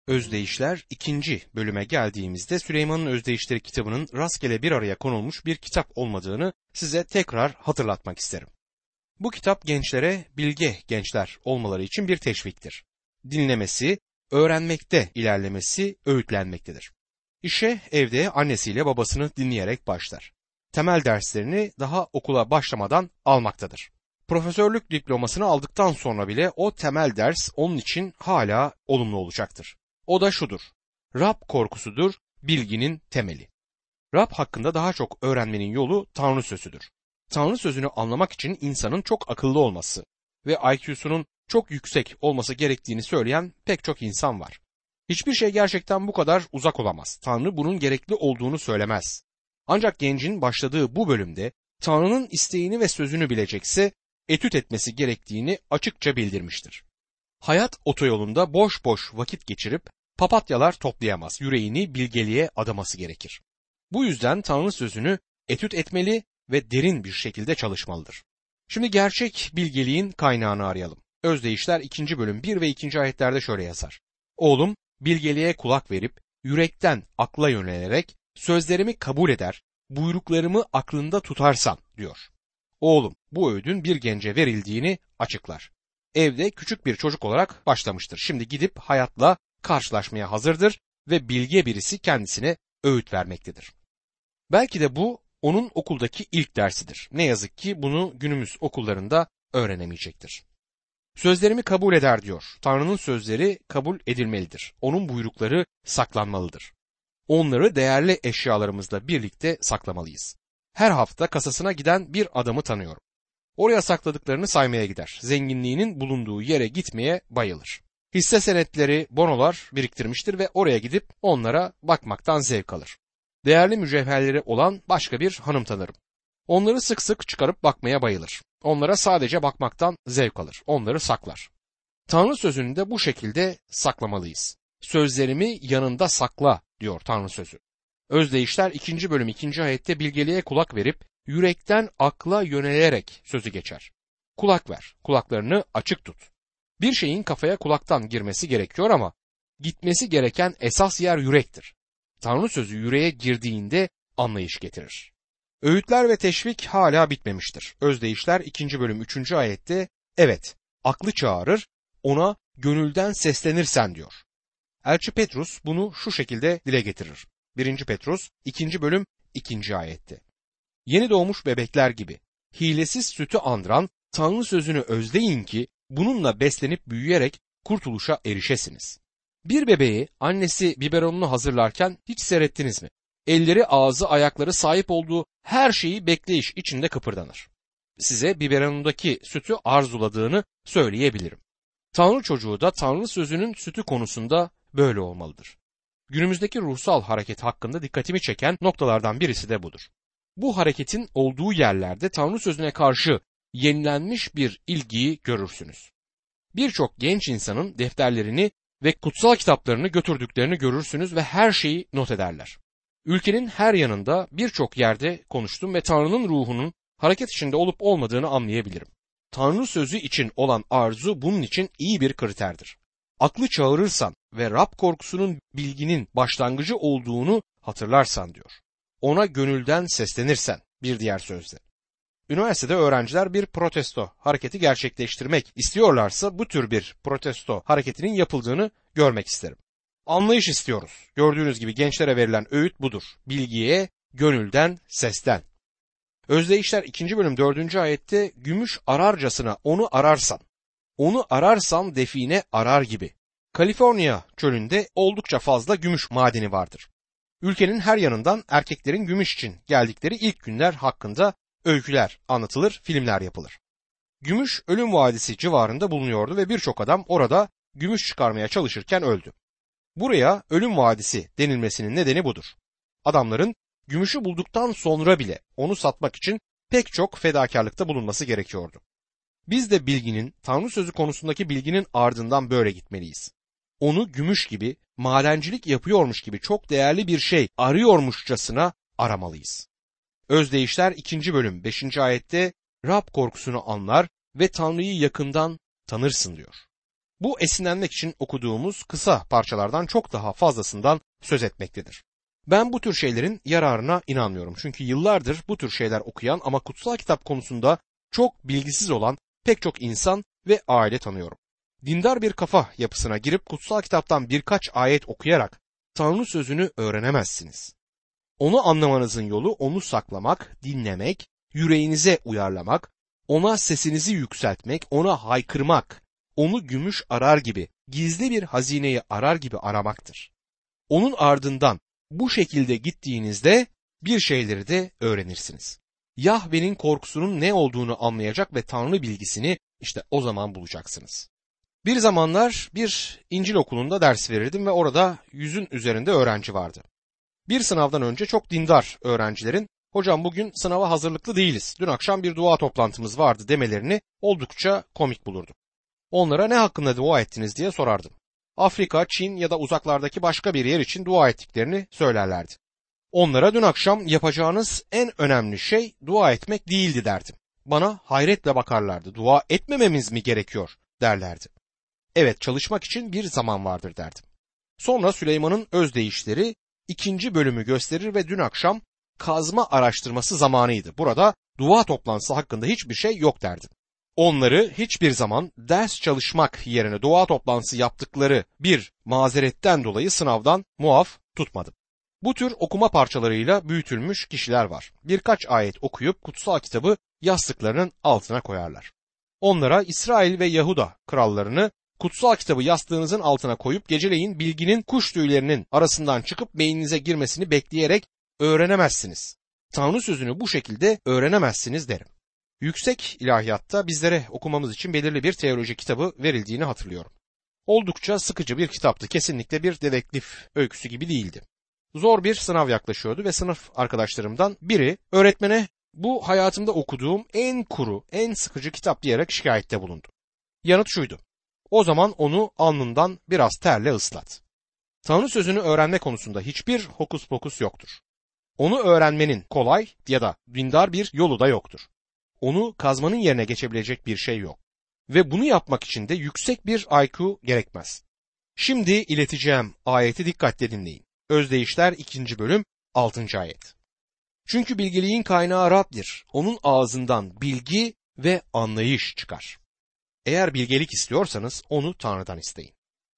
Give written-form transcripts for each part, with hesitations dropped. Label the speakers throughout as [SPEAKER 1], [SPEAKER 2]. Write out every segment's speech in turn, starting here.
[SPEAKER 1] Özdeyişler 2. bölüme geldiğimizde Süleyman'ın Özdeyişleri kitabının rastgele bir araya konulmuş bir kitap olmadığını size tekrar hatırlatmak isterim. Bu kitap gençlere bilge gençler olmaları için bir teşviktir. Dinlemesi, öğrenmekte ilerlemesi, öğütlenmektedir. İşe evde annesiyle babasını dinleyerek başlar. Temel derslerini daha okula başlamadan almaktadır. Profesörlük diplomasını aldıktan sonra bile o temel ders onun için hala olumlu olacaktır. O da şudur: Rab korkusudur bilginin temeli. Rab hakkında daha çok öğrenmenin yolu Tanrı sözüdür. Tanrı sözünü anlamak için insanın çok akıllı olması ve IQ'sunun çok yüksek olması gerektiğini söyleyen pek çok insan var. Hiçbir şey gerçekten bu kadar uzak olamaz. Tanrı bunun gerekli olduğunu söylemez. Ancak gencin başladığı bu bölümde Tanrı'nın isteğini ve sözünü bilecekse etüt etmesi gerektiğini açıkça bildirmiştir. Hayat otoyolunda boş boş vakit geçirip papatyalar toplayamaz, yüreğini bilgeliğe adaması gerekir. Bu yüzden Tanrı sözünü etüt etmeli ve derin bir şekilde çalışmalıdır. Şimdi gerçek bilgeliğin kaynağını arayalım. Özdeyişler 2. bölüm 1 ve 2. ayetlerde şöyle yazar: Oğlum, bilgeliğe kulak verip yürekten akla yönelerek sözlerimi kabul eder, buyruklarımı aklında tutarsan diyor. Oğlum, bu öğüdün bir gence verildiğini açıklar. Evde küçük bir çocuk olarak başlamıştır. Şimdi gidip hayatla karşılaşmaya hazırdır ve bilge birisi kendisine öğüt vermektedir. Belki de bu onun okuldaki ilk dersidir. Ne yazık ki bunu günümüz okullarında öğrenemeyecektir. Sözlerimi kabul eder diyor. Tanrı'nın sözleri kabul edilmelidir. Onun buyrukları saklanmalıdır. Onları değerli eşyalarımızla birlikte saklamalıyız. Her hafta kasasına giden bir adamı tanıyorum. Oraya sakladıklarını saymaya gider. Zenginliğinin bulunduğu yere gitmeye bayılır. Hisse senetleri, bonolar biriktirmiştir ve oraya gidip onlara bakmaktan zevk alır. Değerli mücevherleri olan başka bir hanım tanırım. Onları sık sık çıkarıp bakmaya bayılır. Onlara sadece bakmaktan zevk alır. Onları saklar. Tanrı sözünü de bu şekilde saklamalıyız. Sözlerimi yanında sakla diyor Tanrı sözü. Özdeyişler 2. bölüm 2. ayette bilgeliğe kulak verip yürekten akla yönelerek sözü geçer. Kulak ver, kulaklarını açık tut. Bir şeyin kafaya kulaktan girmesi gerekiyor ama gitmesi gereken esas yer yürektir. Tanrı sözü yüreğe girdiğinde anlayış getirir. Öğütler ve teşvik hala bitmemiştir. Özdeyişler 2. bölüm 3. ayette evet, aklı çağırır, ona gönülden seslenirsen diyor. Elçi Petrus bunu şu şekilde dile getirir. 1. Petrus 2. bölüm 2. ayette. Yeni doğmuş bebekler gibi hilesiz sütü andıran Tanrı sözünü özleyin ki bununla beslenip büyüyerek kurtuluşa erişesiniz. Bir bebeği annesi biberonunu hazırlarken hiç seyrettiniz mi? Elleri, ağzı, ayakları sahip olduğu her şeyi bekleyiş içinde kıpırdanır. Size biberonundaki sütü arzuladığını söyleyebilirim. Tanrı çocuğu da Tanrı sözünün sütü konusunda böyle olmalıdır. Günümüzdeki ruhsal hareket hakkında dikkatimi çeken noktalardan birisi de budur. Bu hareketin olduğu yerlerde Tanrı sözüne karşı yenilenmiş bir ilgiyi görürsünüz. Birçok genç insanın defterlerini ve kutsal kitaplarını götürdüklerini görürsünüz ve her şeyi not ederler. Ülkenin her yanında birçok yerde konuştum ve Tanrı'nın ruhunun hareket içinde olup olmadığını anlayabilirim. Tanrı sözü için olan arzu bunun için iyi bir kriterdir. Aklı çağırırsan ve Rab korkusunun bilginin başlangıcı olduğunu hatırlarsan diyor. Ona gönülden seslenirsen bir diğer sözle. Üniversitede öğrenciler bir protesto hareketi gerçekleştirmek istiyorlarsa bu tür bir protesto hareketinin yapıldığını görmek isterim. Anlayış istiyoruz. Gördüğünüz gibi gençlere verilen öğüt budur. Bilgiye, gönülden, sesten. Özdeyişler 2. bölüm 4. ayette gümüş ararcasına onu ararsan define arar gibi. Kaliforniya çölünde oldukça fazla gümüş madeni vardır. Ülkenin her yanından erkeklerin gümüş için geldikleri ilk günler hakkında öyküler anlatılır, filmler yapılır. Gümüş Ölüm Vadisi civarında bulunuyordu ve birçok adam orada gümüş çıkarmaya çalışırken öldü. Buraya Ölüm Vadisi denilmesinin nedeni budur. Adamların gümüşü bulduktan sonra bile onu satmak için pek çok fedakarlıkta bulunması gerekiyordu. Biz de bilginin, Tanrı sözü konusundaki bilginin ardından böyle gitmeliyiz. Onu gümüş gibi, madencilik yapıyormuş gibi çok değerli bir şey arıyormuşçasına aramalıyız. Özdeyişler 2. bölüm 5. ayette Rab korkusunu anlar ve Tanrı'yı yakından tanırsın diyor. Bu esinlenmek için okuduğumuz kısa parçalardan çok daha fazlasından söz etmektedir. Ben bu tür şeylerin yararına inanmıyorum. Çünkü yıllardır bu tür şeyler okuyan ama kutsal kitap konusunda çok bilgisiz olan pek çok insan ve aile tanıyorum. Dindar bir kafa yapısına girip kutsal kitaptan birkaç ayet okuyarak Tanrı sözünü öğrenemezsiniz. Onu anlamanızın yolu onu saklamak, dinlemek, yüreğinize uyarlamak, ona sesinizi yükseltmek, ona haykırmak, onu gümüş arar gibi, gizli bir hazineyi arar gibi aramaktır. Onun ardından bu şekilde gittiğinizde bir şeyleri de öğrenirsiniz. Yahve'nin korkusunun ne olduğunu anlayacak ve Tanrı bilgisini işte o zaman bulacaksınız. Bir zamanlar bir İncil okulunda ders verirdim ve orada 100'ün üzerinde öğrenci vardı. Bir sınavdan önce çok dindar öğrencilerin "Hocam bugün sınava hazırlıklı değiliz. Dün akşam bir dua toplantımız vardı" demelerini oldukça komik bulurdum. Onlara ne hakkında dua ettiniz diye sorardım. Afrika, Çin ya da uzaklardaki başka bir yer için dua ettiklerini söylerlerdi. Onlara dün akşam yapacağınız en önemli şey dua etmek değildi derdim. Bana hayretle bakarlardı. Dua etmememiz mi gerekiyor derlerdi. Evet, çalışmak için bir zaman vardır derdim. Sonra Süleyman'ın özdeyişleri 2. bölümü gösterir ve dün akşam kazma araştırması zamanıydı. Burada dua toplantısı hakkında hiçbir şey yok derdim. Onları hiçbir zaman ders çalışmak yerine dua toplantısı yaptıkları bir mazeretten dolayı sınavdan muaf tutmadım. Bu tür okuma parçalarıyla büyütülmüş kişiler var. Birkaç ayet okuyup kutsal kitabı yastıklarının altına koyarlar. Onlara İsrail ve Yahuda krallarını kutsal kitabı yastığınızın altına koyup geceleyin bilginin kuş tüylerinin arasından çıkıp beyninize girmesini bekleyerek öğrenemezsiniz. Tanrı sözünü bu şekilde öğrenemezsiniz derim. Yüksek ilahiyatta bizlere okumamız için belirli bir teoloji kitabı verildiğini hatırlıyorum. Oldukça sıkıcı bir kitaptı. Kesinlikle bir dedektif öyküsü gibi değildi. Zor bir sınav yaklaşıyordu ve sınıf arkadaşlarımdan biri öğretmene "Bu hayatımda okuduğum en kuru, en sıkıcı kitap" diyerek şikayette bulundu. Yanıt şuydu: "O zaman onu alnından biraz terle ıslat." Tanrı sözünü öğrenme konusunda hiçbir hokus pokus yoktur. Onu öğrenmenin kolay ya da dindar bir yolu da yoktur. Onu kazmanın yerine geçebilecek bir şey yok. Ve bunu yapmak için de yüksek bir IQ gerekmez. Şimdi ileteceğim ayeti dikkatle dinleyin. Özdeyişler 2. bölüm 6. ayet. "Çünkü bilgeliğin kaynağı Rab'dir. Onun ağzından bilgi ve anlayış çıkar." Eğer bilgelik istiyorsanız onu Tanrı'dan isteyin.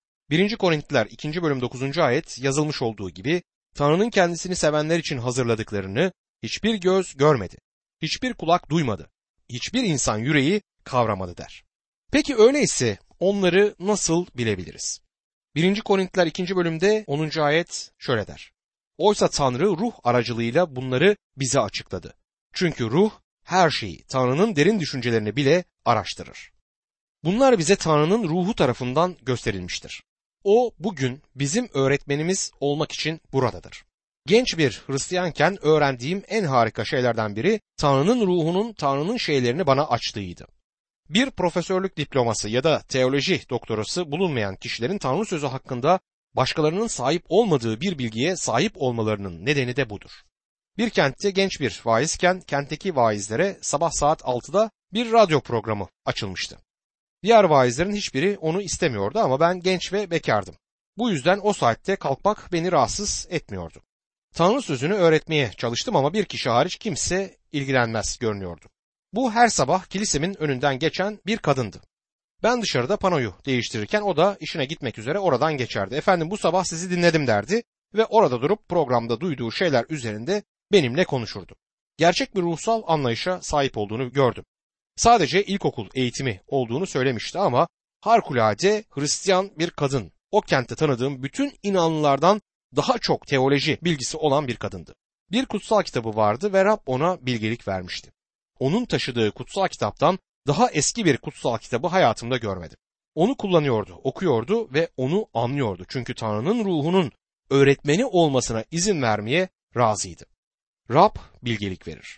[SPEAKER 1] 1. Korintiler 2. bölüm 9. ayet yazılmış olduğu gibi Tanrı'nın kendisini sevenler için hazırladıklarını hiçbir göz görmedi, hiçbir kulak duymadı, hiçbir insan yüreği kavramadı der. Peki öyleyse onları nasıl bilebiliriz? 1. Korintiler 2. bölümde 10. ayet şöyle der: "Oysa Tanrı ruh aracılığıyla bunları bize açıkladı. Çünkü ruh her şeyi, Tanrı'nın derin düşüncelerini bile araştırır." Bunlar bize Tanrı'nın ruhu tarafından gösterilmiştir. O bugün bizim öğretmenimiz olmak için buradadır. Genç bir Hristiyanken öğrendiğim en harika şeylerden biri Tanrı'nın ruhunun Tanrı'nın şeylerini bana açtığıydı. Bir profesörlük diploması ya da teoloji doktorası bulunmayan kişilerin Tanrı sözü hakkında başkalarının sahip olmadığı bir bilgiye sahip olmalarının nedeni de budur. Bir kentte genç bir vaizken kentteki vaizlere sabah saat 6'da bir radyo programı açılmıştı. Diğer vaizlerin hiçbiri onu istemiyordu ama ben genç ve bekardım. Bu yüzden o saatte kalkmak beni rahatsız etmiyordu. Tanrı sözünü öğretmeye çalıştım ama bir kişi hariç kimse ilgilenmez görünüyordu. Bu her sabah kilisemin önünden geçen bir kadındı. Ben dışarıda panoyu değiştirirken o da işine gitmek üzere oradan geçerdi. "Efendim, bu sabah sizi dinledim" derdi ve orada durup programda duyduğu şeyler üzerinde benimle konuşurdu. Gerçek bir ruhsal anlayışa sahip olduğunu gördüm. Sadece ilkokul eğitimi olduğunu söylemişti ama harikulade Hristiyan bir kadın. O kentte tanıdığım bütün inanlılardan daha çok teoloji bilgisi olan bir kadındı. Bir kutsal kitabı vardı ve Rab ona bilgelik vermişti. Onun taşıdığı kutsal kitaptan daha eski bir kutsal kitabı hayatımda görmedim. Onu kullanıyordu, okuyordu ve onu anlıyordu. Çünkü Tanrı'nın ruhunun öğretmeni olmasına izin vermeye razıydı. Rab bilgelik verir.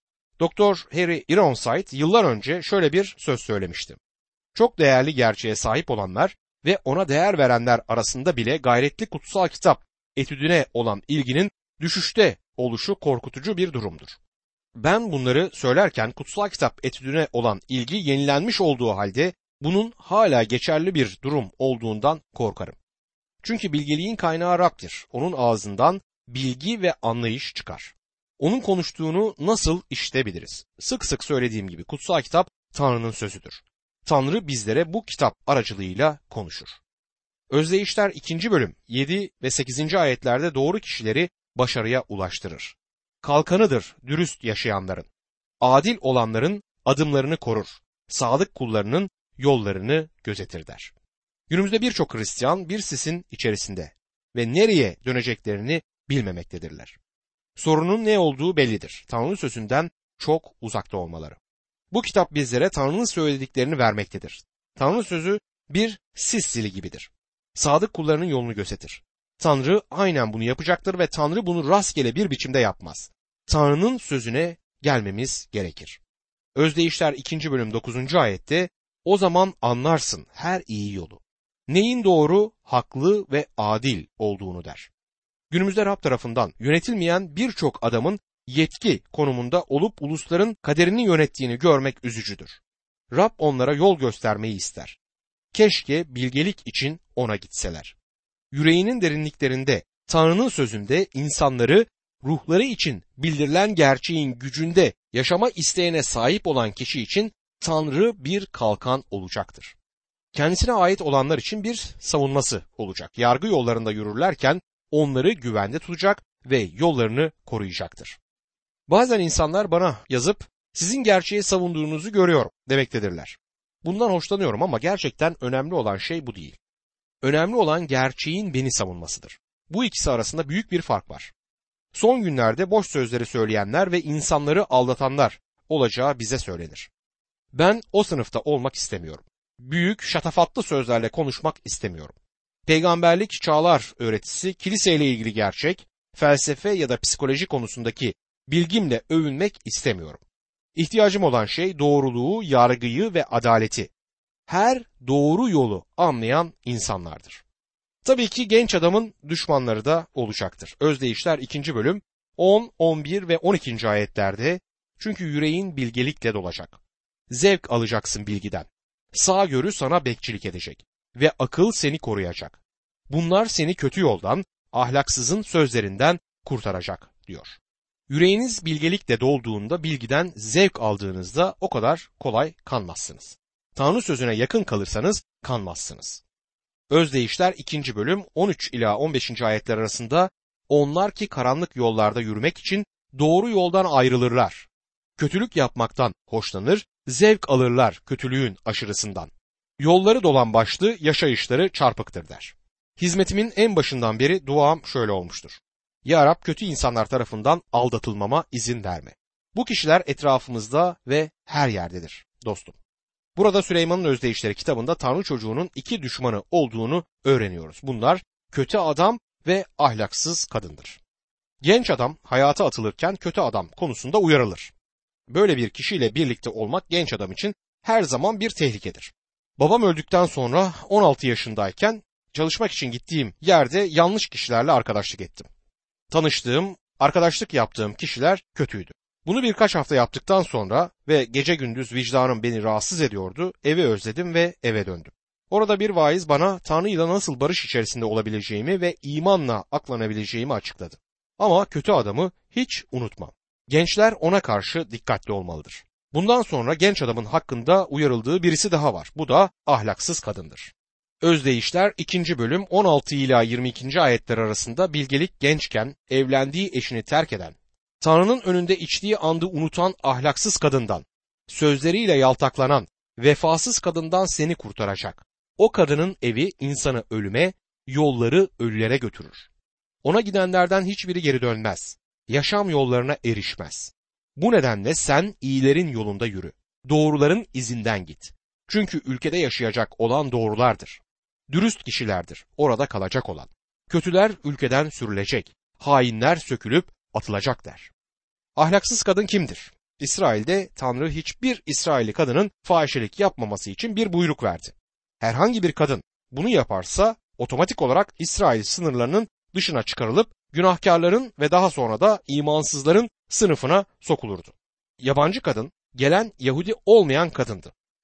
[SPEAKER 1] Doktor Harry Ironside yıllar önce şöyle bir söz söylemişti: "Çok değerli gerçeğe sahip olanlar ve ona değer verenler arasında bile gayretli kutsal kitap etüdüne olan ilginin düşüşte oluşu korkutucu bir durumdur." Ben bunları söylerken kutsal kitap etüdüne olan ilgi yenilenmiş olduğu halde Bunun hala geçerli bir durum olduğundan korkarım. Çünkü bilgeliğin kaynağı Rab'dir. Onun ağzından bilgi ve anlayış çıkar. Onun konuştuğunu nasıl işitebiliriz? Sık sık söylediğim gibi kutsal kitap Tanrı'nın sözüdür. Tanrı bizlere bu kitap aracılığıyla konuşur. Özdeyişler 2. bölüm 7 ve 8. ayetlerde doğru kişileri başarıya ulaştırır. Kalkanıdır dürüst yaşayanların. Adil olanların adımlarını korur. Sadık kullarının yollarını gözetir der. Günümüzde birçok Hristiyan bir sisin içerisinde ve nereye döneceklerini bilmemektedirler. Sorunun ne olduğu bellidir. Tanrı sözünden çok uzakta olmaları. Bu kitap bizlere Tanrı'nın söylediklerini vermektedir. Tanrı sözü bir sis zili gibidir. Sadık kullarının yolunu gözetir. Tanrı aynen bunu yapacaktır ve Tanrı bunu rastgele bir biçimde yapmaz. Tanrı'nın sözüne gelmemiz gerekir. Özdeyişler 2. bölüm 9. ayette o zaman anlarsın her iyi yolu. Neyin doğru, haklı ve adil olduğunu der. Günümüzde Rab tarafından yönetilmeyen birçok adamın yetki konumunda olup ulusların kaderini yönettiğini görmek üzücüdür. Rab onlara yol göstermeyi ister. Keşke bilgelik için ona gitseler. Yüreğinin derinliklerinde, Tanrı'nın sözünde insanları ruhları için bildirilen gerçeğin gücünde yaşama isteğine sahip olan kişi için Tanrı bir kalkan olacaktır. Kendisine ait olanlar için bir savunması olacak. Yargı yollarında yürürlerken onları güvende tutacak ve yollarını koruyacaktır. Bazen insanlar bana yazıp sizin gerçeği savunduğunuzu görüyorum demektedirler. Bundan hoşlanıyorum ama gerçekten önemli olan şey bu değil. Önemli olan gerçeğin beni savunmasıdır. Bu ikisi arasında büyük bir fark var. Son günlerde boş sözleri söyleyenler ve insanları aldatanlar olacağı bize söylenir. Ben o sınıfta olmak istemiyorum. Büyük, şatafatlı sözlerle konuşmak istemiyorum. Peygamberlik çağlar öğretisi, kiliseyle ilgili gerçek, felsefe ya da psikoloji konusundaki bilgimle övünmek istemiyorum. İhtiyacım olan şey doğruluğu, yargıyı ve adaleti. Her doğru yolu anlayan insanlardır. Tabii ki genç adamın düşmanları da olacaktır. Özdeyişler 2. bölüm 10, 11 ve 12. ayetlerde çünkü yüreğin bilgelikle dolacak. Zevk alacaksın bilgiden. Sağgörü sana bekçilik edecek ve akıl seni koruyacak. Bunlar seni kötü yoldan, ahlaksızın sözlerinden kurtaracak diyor. Yüreğiniz bilgelikle dolduğunda bilgiden zevk aldığınızda o kadar kolay kanmazsınız. Tanrı sözüne yakın kalırsanız kanmazsınız. Özdeyişler 2. bölüm 13 ila 15. ayetler arasında onlar ki karanlık yollarda yürümek için doğru yoldan ayrılırlar. Kötülük yapmaktan hoşlanır, zevk alırlar kötülüğün aşırısından. Yolları dolambaçlı, yaşayışları çarpıktır der. Hizmetimin en başından beri duam şöyle olmuştur. Ya Rab kötü insanlar tarafından aldatılmama izin verme. Bu kişiler etrafımızda ve her yerdedir dostum. Burada Süleyman'ın Özdeyişleri kitabında Tanrı çocuğunun iki düşmanı olduğunu öğreniyoruz. Bunlar kötü adam ve ahlaksız kadındır. Genç adam hayata atılırken kötü adam konusunda uyarılır. Böyle bir kişiyle birlikte olmak genç adam için her zaman bir tehlikedir. Babam öldükten sonra 16 yaşındayken çalışmak için gittiğim yerde yanlış kişilerle arkadaşlık ettim. Tanıştığım, arkadaşlık yaptığım kişiler kötüydü. Bunu birkaç hafta yaptıktan sonra ve gece gündüz vicdanım beni rahatsız ediyordu, evi özledim ve eve döndüm. Orada bir vaiz bana Tanrı ile nasıl barış içerisinde olabileceğimi ve imanla aklanabileceğimi açıkladı. Ama kötü adamı hiç unutmam. Gençler ona karşı dikkatli olmalıdır. Bundan sonra genç adamın hakkında uyarıldığı birisi daha var. Bu da ahlaksız kadındır. Özdeyişler 2. bölüm 16 ila 22. ayetler arasında bilgelik gençken evlendiği eşini terk eden, Tanrı'nın önünde içtiği andı unutan ahlaksız kadından, sözleriyle yaltaklanan, vefasız kadından seni kurtaracak. O kadının evi insanı ölüme, yolları ölülere götürür. Ona gidenlerden hiçbiri geri dönmez. Yaşam yollarına erişmez. Bu nedenle sen iyilerin yolunda yürü. Doğruların izinden git. Çünkü ülkede yaşayacak olan doğrulardır. Dürüst kişilerdir orada kalacak olan. Kötüler ülkeden sürülecek. Hainler sökülüp atılacak der. Ahlaksız kadın kimdir? İsrail'de Tanrı hiçbir İsrailli kadının fahişelik yapmaması için bir buyruk verdi. Herhangi bir kadın bunu yaparsa otomatik olarak İsrail sınırlarının dışına çıkarılıp günahkarların ve daha sonra da imansızların sınıfına sokulurdu. Yabancı kadın gelen Yahudi olmayan kadındı.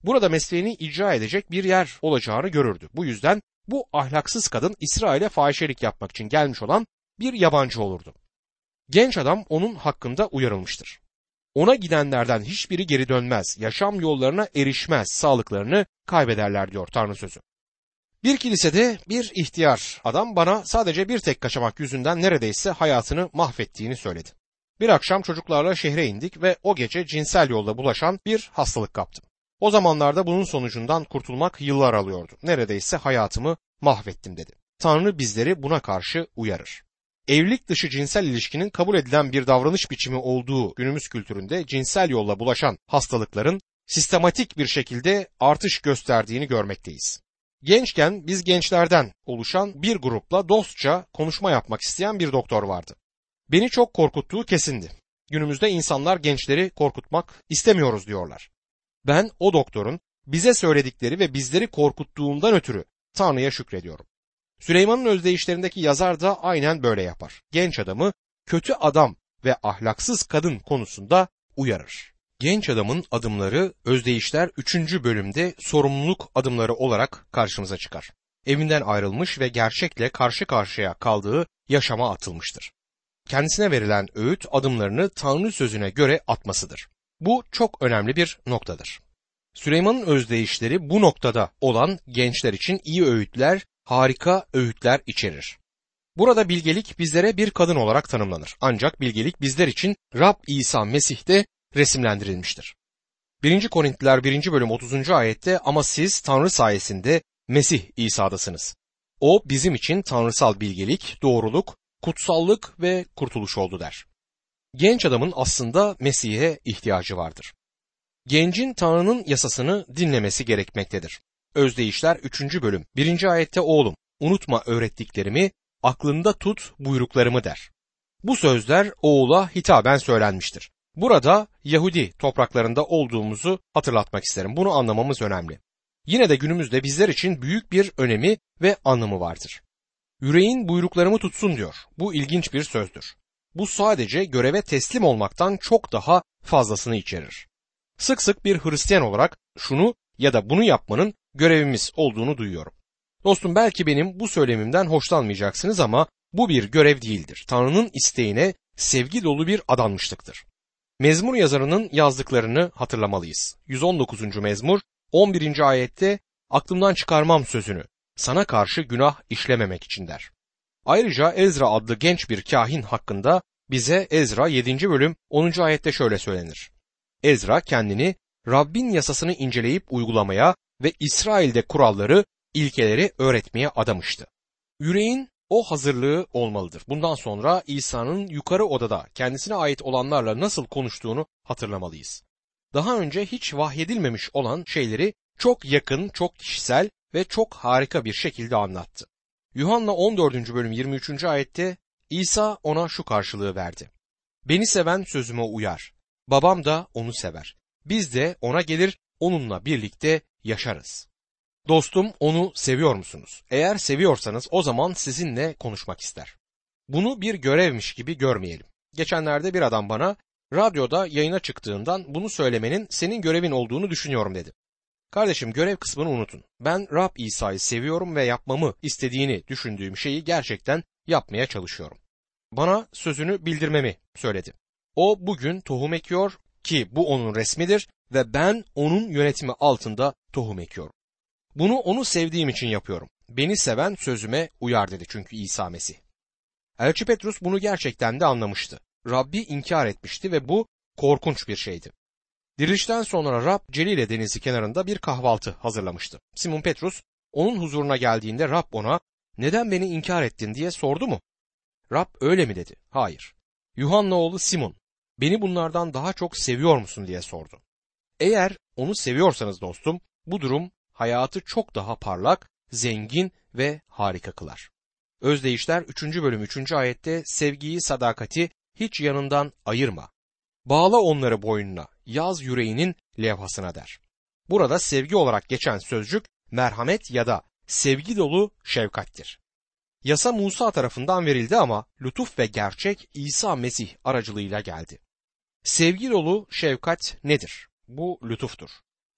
[SPEAKER 1] burada mesleğini icra edecek bir yer olacağını görürdü. Bu yüzden bu ahlaksız kadın İsrail'e fahişelik yapmak için gelmiş olan bir yabancı olurdu. Genç adam onun hakkında uyarılmıştır. Ona gidenlerden hiçbiri geri dönmez, yaşam yollarına erişmez, sağlıklarını kaybederler diyor Tanrı sözü. Bir kilisede bir ihtiyar adam bana sadece bir tek kaçamak yüzünden neredeyse hayatını mahvettiğini söyledi. Bir akşam çocuklarla şehre indik ve o gece cinsel yolda bulaşan bir hastalık kaptım. O zamanlarda bunun sonucundan kurtulmak yıllar alıyordu. Neredeyse hayatımı mahvettim dedi. Tanrı bizleri buna karşı uyarır. Evlilik dışı cinsel ilişkinin kabul edilen bir davranış biçimi olduğu günümüz kültüründe cinsel yolla bulaşan hastalıkların sistematik bir şekilde artış gösterdiğini görmekteyiz. Gençken biz gençlerden oluşan bir grupla dostça konuşma yapmak isteyen bir doktor vardı. Beni çok korkuttuğu kesindi. Günümüzde insanlar gençleri korkutmak istemiyoruz diyorlar. Ben o doktorun bize söyledikleri ve bizleri korkuttuğundan ötürü Tanrı'ya şükrediyorum. Süleyman'ın özdeyişlerindeki yazar da aynen böyle yapar. Genç adamı kötü adam ve ahlaksız kadın konusunda uyarır. Genç adamın adımları özdeyişler 3. bölümde sorumluluk adımları olarak karşımıza çıkar. Evinden ayrılmış ve gerçekle karşı karşıya kaldığı yaşama atılmıştır. Kendisine verilen öğüt adımlarını Tanrı sözüne göre atmasıdır. Bu çok önemli bir noktadır. Süleyman'ın özdeyişleri bu noktada olan gençler için iyi öğütler, harika öğütler içerir. Burada bilgelik bizlere bir kadın olarak tanımlanır. Ancak bilgelik bizler için Rab İsa Mesih'te resimlendirilmiştir. 1. Korintiler 1. bölüm 30. ayette ama siz Tanrı sayesinde Mesih İsa'dasınız. O bizim için tanrısal bilgelik, doğruluk, kutsallık ve kurtuluş oldu der. Genç adamın aslında Mesih'e ihtiyacı vardır. Gencin Tanrı'nın yasasını dinlemesi gerekmektedir. Özdeyişler 3. bölüm 1. ayette oğlum unutma öğrettiklerimi, aklında tut buyruklarımı der. Bu sözler oğula hitaben söylenmiştir. Burada Yahudi topraklarında olduğumuzu hatırlatmak isterim. Bunu anlamamız önemli. Yine de günümüzde bizler için büyük bir önemi ve anlamı vardır. Yüreğin buyruklarımı tutsun diyor. Bu ilginç bir sözdür. Bu sadece göreve teslim olmaktan çok daha fazlasını içerir. Sık sık bir Hristiyan olarak şunu ya da bunu yapmanın görevimiz olduğunu duyuyorum. Dostum belki benim bu söylemimden hoşlanmayacaksınız ama bu bir görev değildir. Tanrı'nın isteğine sevgi dolu bir adanmışlıktır. Mezmur yazarının yazdıklarını hatırlamalıyız. 119. mezmur 11. ayette aklımdan çıkarmam sözünü sana karşı günah işlememek için der. Ayrıca Ezra adlı genç bir kahin hakkında bize Ezra 7. bölüm 10. ayette şöyle söylenir. Ezra kendini Rabbin yasasını inceleyip uygulamaya ve İsrail'de kuralları, ilkeleri öğretmeye adamıştı. Yüreğin o hazırlığı olmalıdır. Bundan sonra İsa'nın yukarı odada kendisine ait olanlarla nasıl konuştuğunu hatırlamalıyız. Daha önce hiç vahyedilmemiş olan şeyleri çok yakın, çok kişisel ve çok harika bir şekilde anlattı. Yuhanna 14. bölüm 23. ayette İsa ona şu karşılığı verdi. Beni seven sözüme uyar. Babam da onu sever. Biz de ona gelir, onunla birlikte yaşarız. Dostum, onu seviyor musunuz? Eğer seviyorsanız o zaman sizinle konuşmak ister. Bunu bir görevmiş gibi görmeyelim. Geçenlerde bir adam bana radyoda yayına çıktığından bunu söylemenin senin görevin olduğunu düşünüyorum dedi. Kardeşim görev kısmını unutun. Ben Rab İsa'yı seviyorum ve yapmamı istediğini düşündüğüm şeyi gerçekten yapmaya çalışıyorum. Bana sözünü bildirmemi söyledi. O bugün tohum ekiyor ki bu onun resmidir ve ben onun yönetimi altında tohum ekiyorum. Bunu onu sevdiğim için yapıyorum. Beni seven sözüme uyar dedi çünkü İsa Mesih. Elçi Petrus bunu gerçekten de anlamıştı. Rabbi inkar etmişti ve bu korkunç bir şeydi. Dirilişten sonra Rab Celile denizi kenarında bir kahvaltı hazırlamıştı. Simon Petrus onun huzuruna geldiğinde Rab ona neden beni inkar ettin diye sordu mu? Rab öyle mi dedi? Hayır. Yuhanna oğlu Simon beni bunlardan daha çok seviyor musun diye sordu. Eğer onu seviyorsanız dostum bu durum hayatı çok daha parlak, zengin ve harika kılar. Özdeyişler 3. bölüm 3. ayette sevgiyi, sadakati hiç yanından ayırma. Bağla onları boynuna, yaz yüreğinin levhasına der. Burada sevgi olarak geçen sözcük merhamet ya da sevgi dolu şefkattir. Yasa Musa tarafından verildi ama lütuf ve gerçek İsa Mesih aracılığıyla geldi. Sevgi dolu şefkat nedir? Bu lütuftur.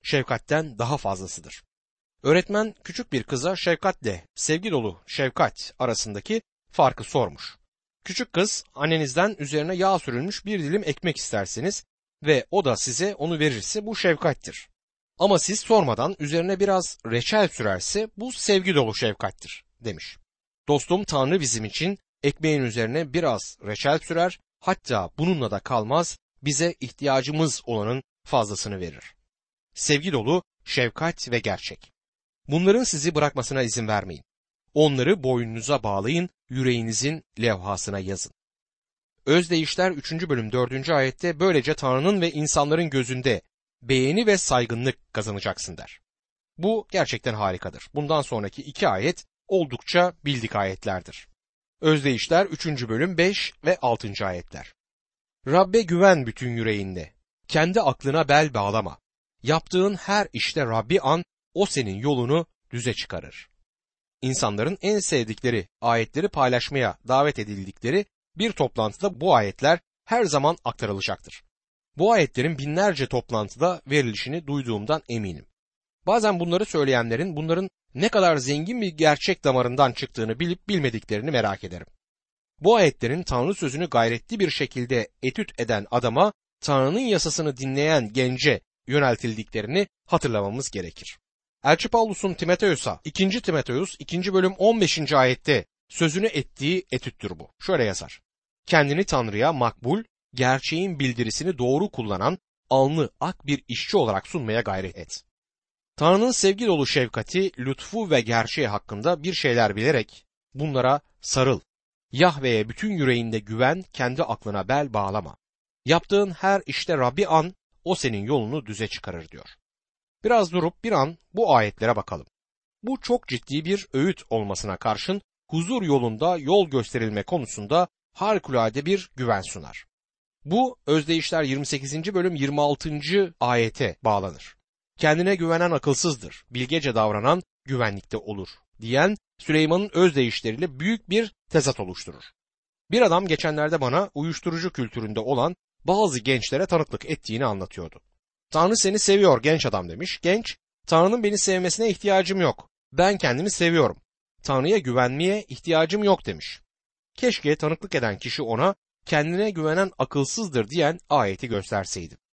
[SPEAKER 1] şefkatten daha fazlasıdır. Öğretmen küçük bir kıza şefkatle sevgi dolu şefkat arasındaki farkı sormuş. Küçük kız, annenizden üzerine yağ sürülmüş bir dilim ekmek isterseniz ve o da size onu verirse bu şefkattir. Ama siz sormadan üzerine biraz reçel sürerse bu sevgi dolu şefkattir demiş. Dostum, Tanrı bizim için ekmeğin üzerine biraz reçel sürer, hatta bununla da kalmaz, bize ihtiyacımız olanın fazlasını verir. Sevgi dolu, şefkat ve gerçek. Bunların sizi bırakmasına izin vermeyin. Onları boynunuza bağlayın, yüreğinizin levhasına yazın. Özdeyişler 3. bölüm 4. ayette böylece Tanrı'nın ve insanların gözünde beğeni ve saygınlık kazanacaksın der. Bu gerçekten harikadır. Bundan sonraki 2 ayet oldukça bildik ayetlerdir. Özdeyişler 3. bölüm 5 ve 6. ayetler. Rabbe güven bütün yüreğinle. Kendi aklına bel bağlama. Yaptığın her işte Rabbi an, o senin yolunu düze çıkarır. İnsanların en sevdikleri ayetleri paylaşmaya davet edildikleri bir toplantıda bu ayetler her zaman aktarılacaktır. Bu ayetlerin binlerce toplantıda verilişini duyduğumdan eminim. Bazen bunları söyleyenlerin bunların ne kadar zengin bir gerçek damarından çıktığını bilip bilmediklerini merak ederim. Bu ayetlerin Tanrı sözünü gayretli bir şekilde etüt eden adama, Tanrı'nın yasasını dinleyen gence yöneltildiklerini hatırlamamız gerekir. Elçi Pavlus'un Timoteos'a 2. Timoteos 2. bölüm 15. ayette sözünü ettiği etüttür bu. Şöyle yazar. Kendini Tanrı'ya makbul, gerçeğin bildirisini doğru kullanan, alnı ak bir işçi olarak sunmaya gayret et. Tanrı'nın sevgi dolu şefkati, lütfu ve gerçeği hakkında bir şeyler bilerek bunlara sarıl. Yahve'ye bütün yüreğinde güven, kendi aklına bel bağlama. Yaptığın her işte Rabbi an, o senin yolunu düze çıkarır diyor. Biraz durup bir an bu ayetlere bakalım. Bu çok ciddi bir öğüt olmasına karşın huzur yolunda yol gösterilme konusunda harikulade bir güven sunar. Bu Özdeyişler 28. bölüm 26. ayete bağlanır. Kendine güvenen akılsızdır, bilgece davranan güvenlikte olur diyen Süleyman'ın özdeyişleriyle büyük bir tezat oluşturur. Bir adam geçenlerde bana uyuşturucu kültüründe olan bazı gençlere tanıklık ettiğini anlatıyordu. Tanrı seni seviyor genç adam demiş. Genç, Tanrı'nın beni sevmesine ihtiyacım yok. Ben kendimi seviyorum. Tanrı'ya güvenmeye ihtiyacım yok demiş. Keşke tanıklık eden kişi ona kendine güvenen akılsızdır diyen ayeti gösterseydi.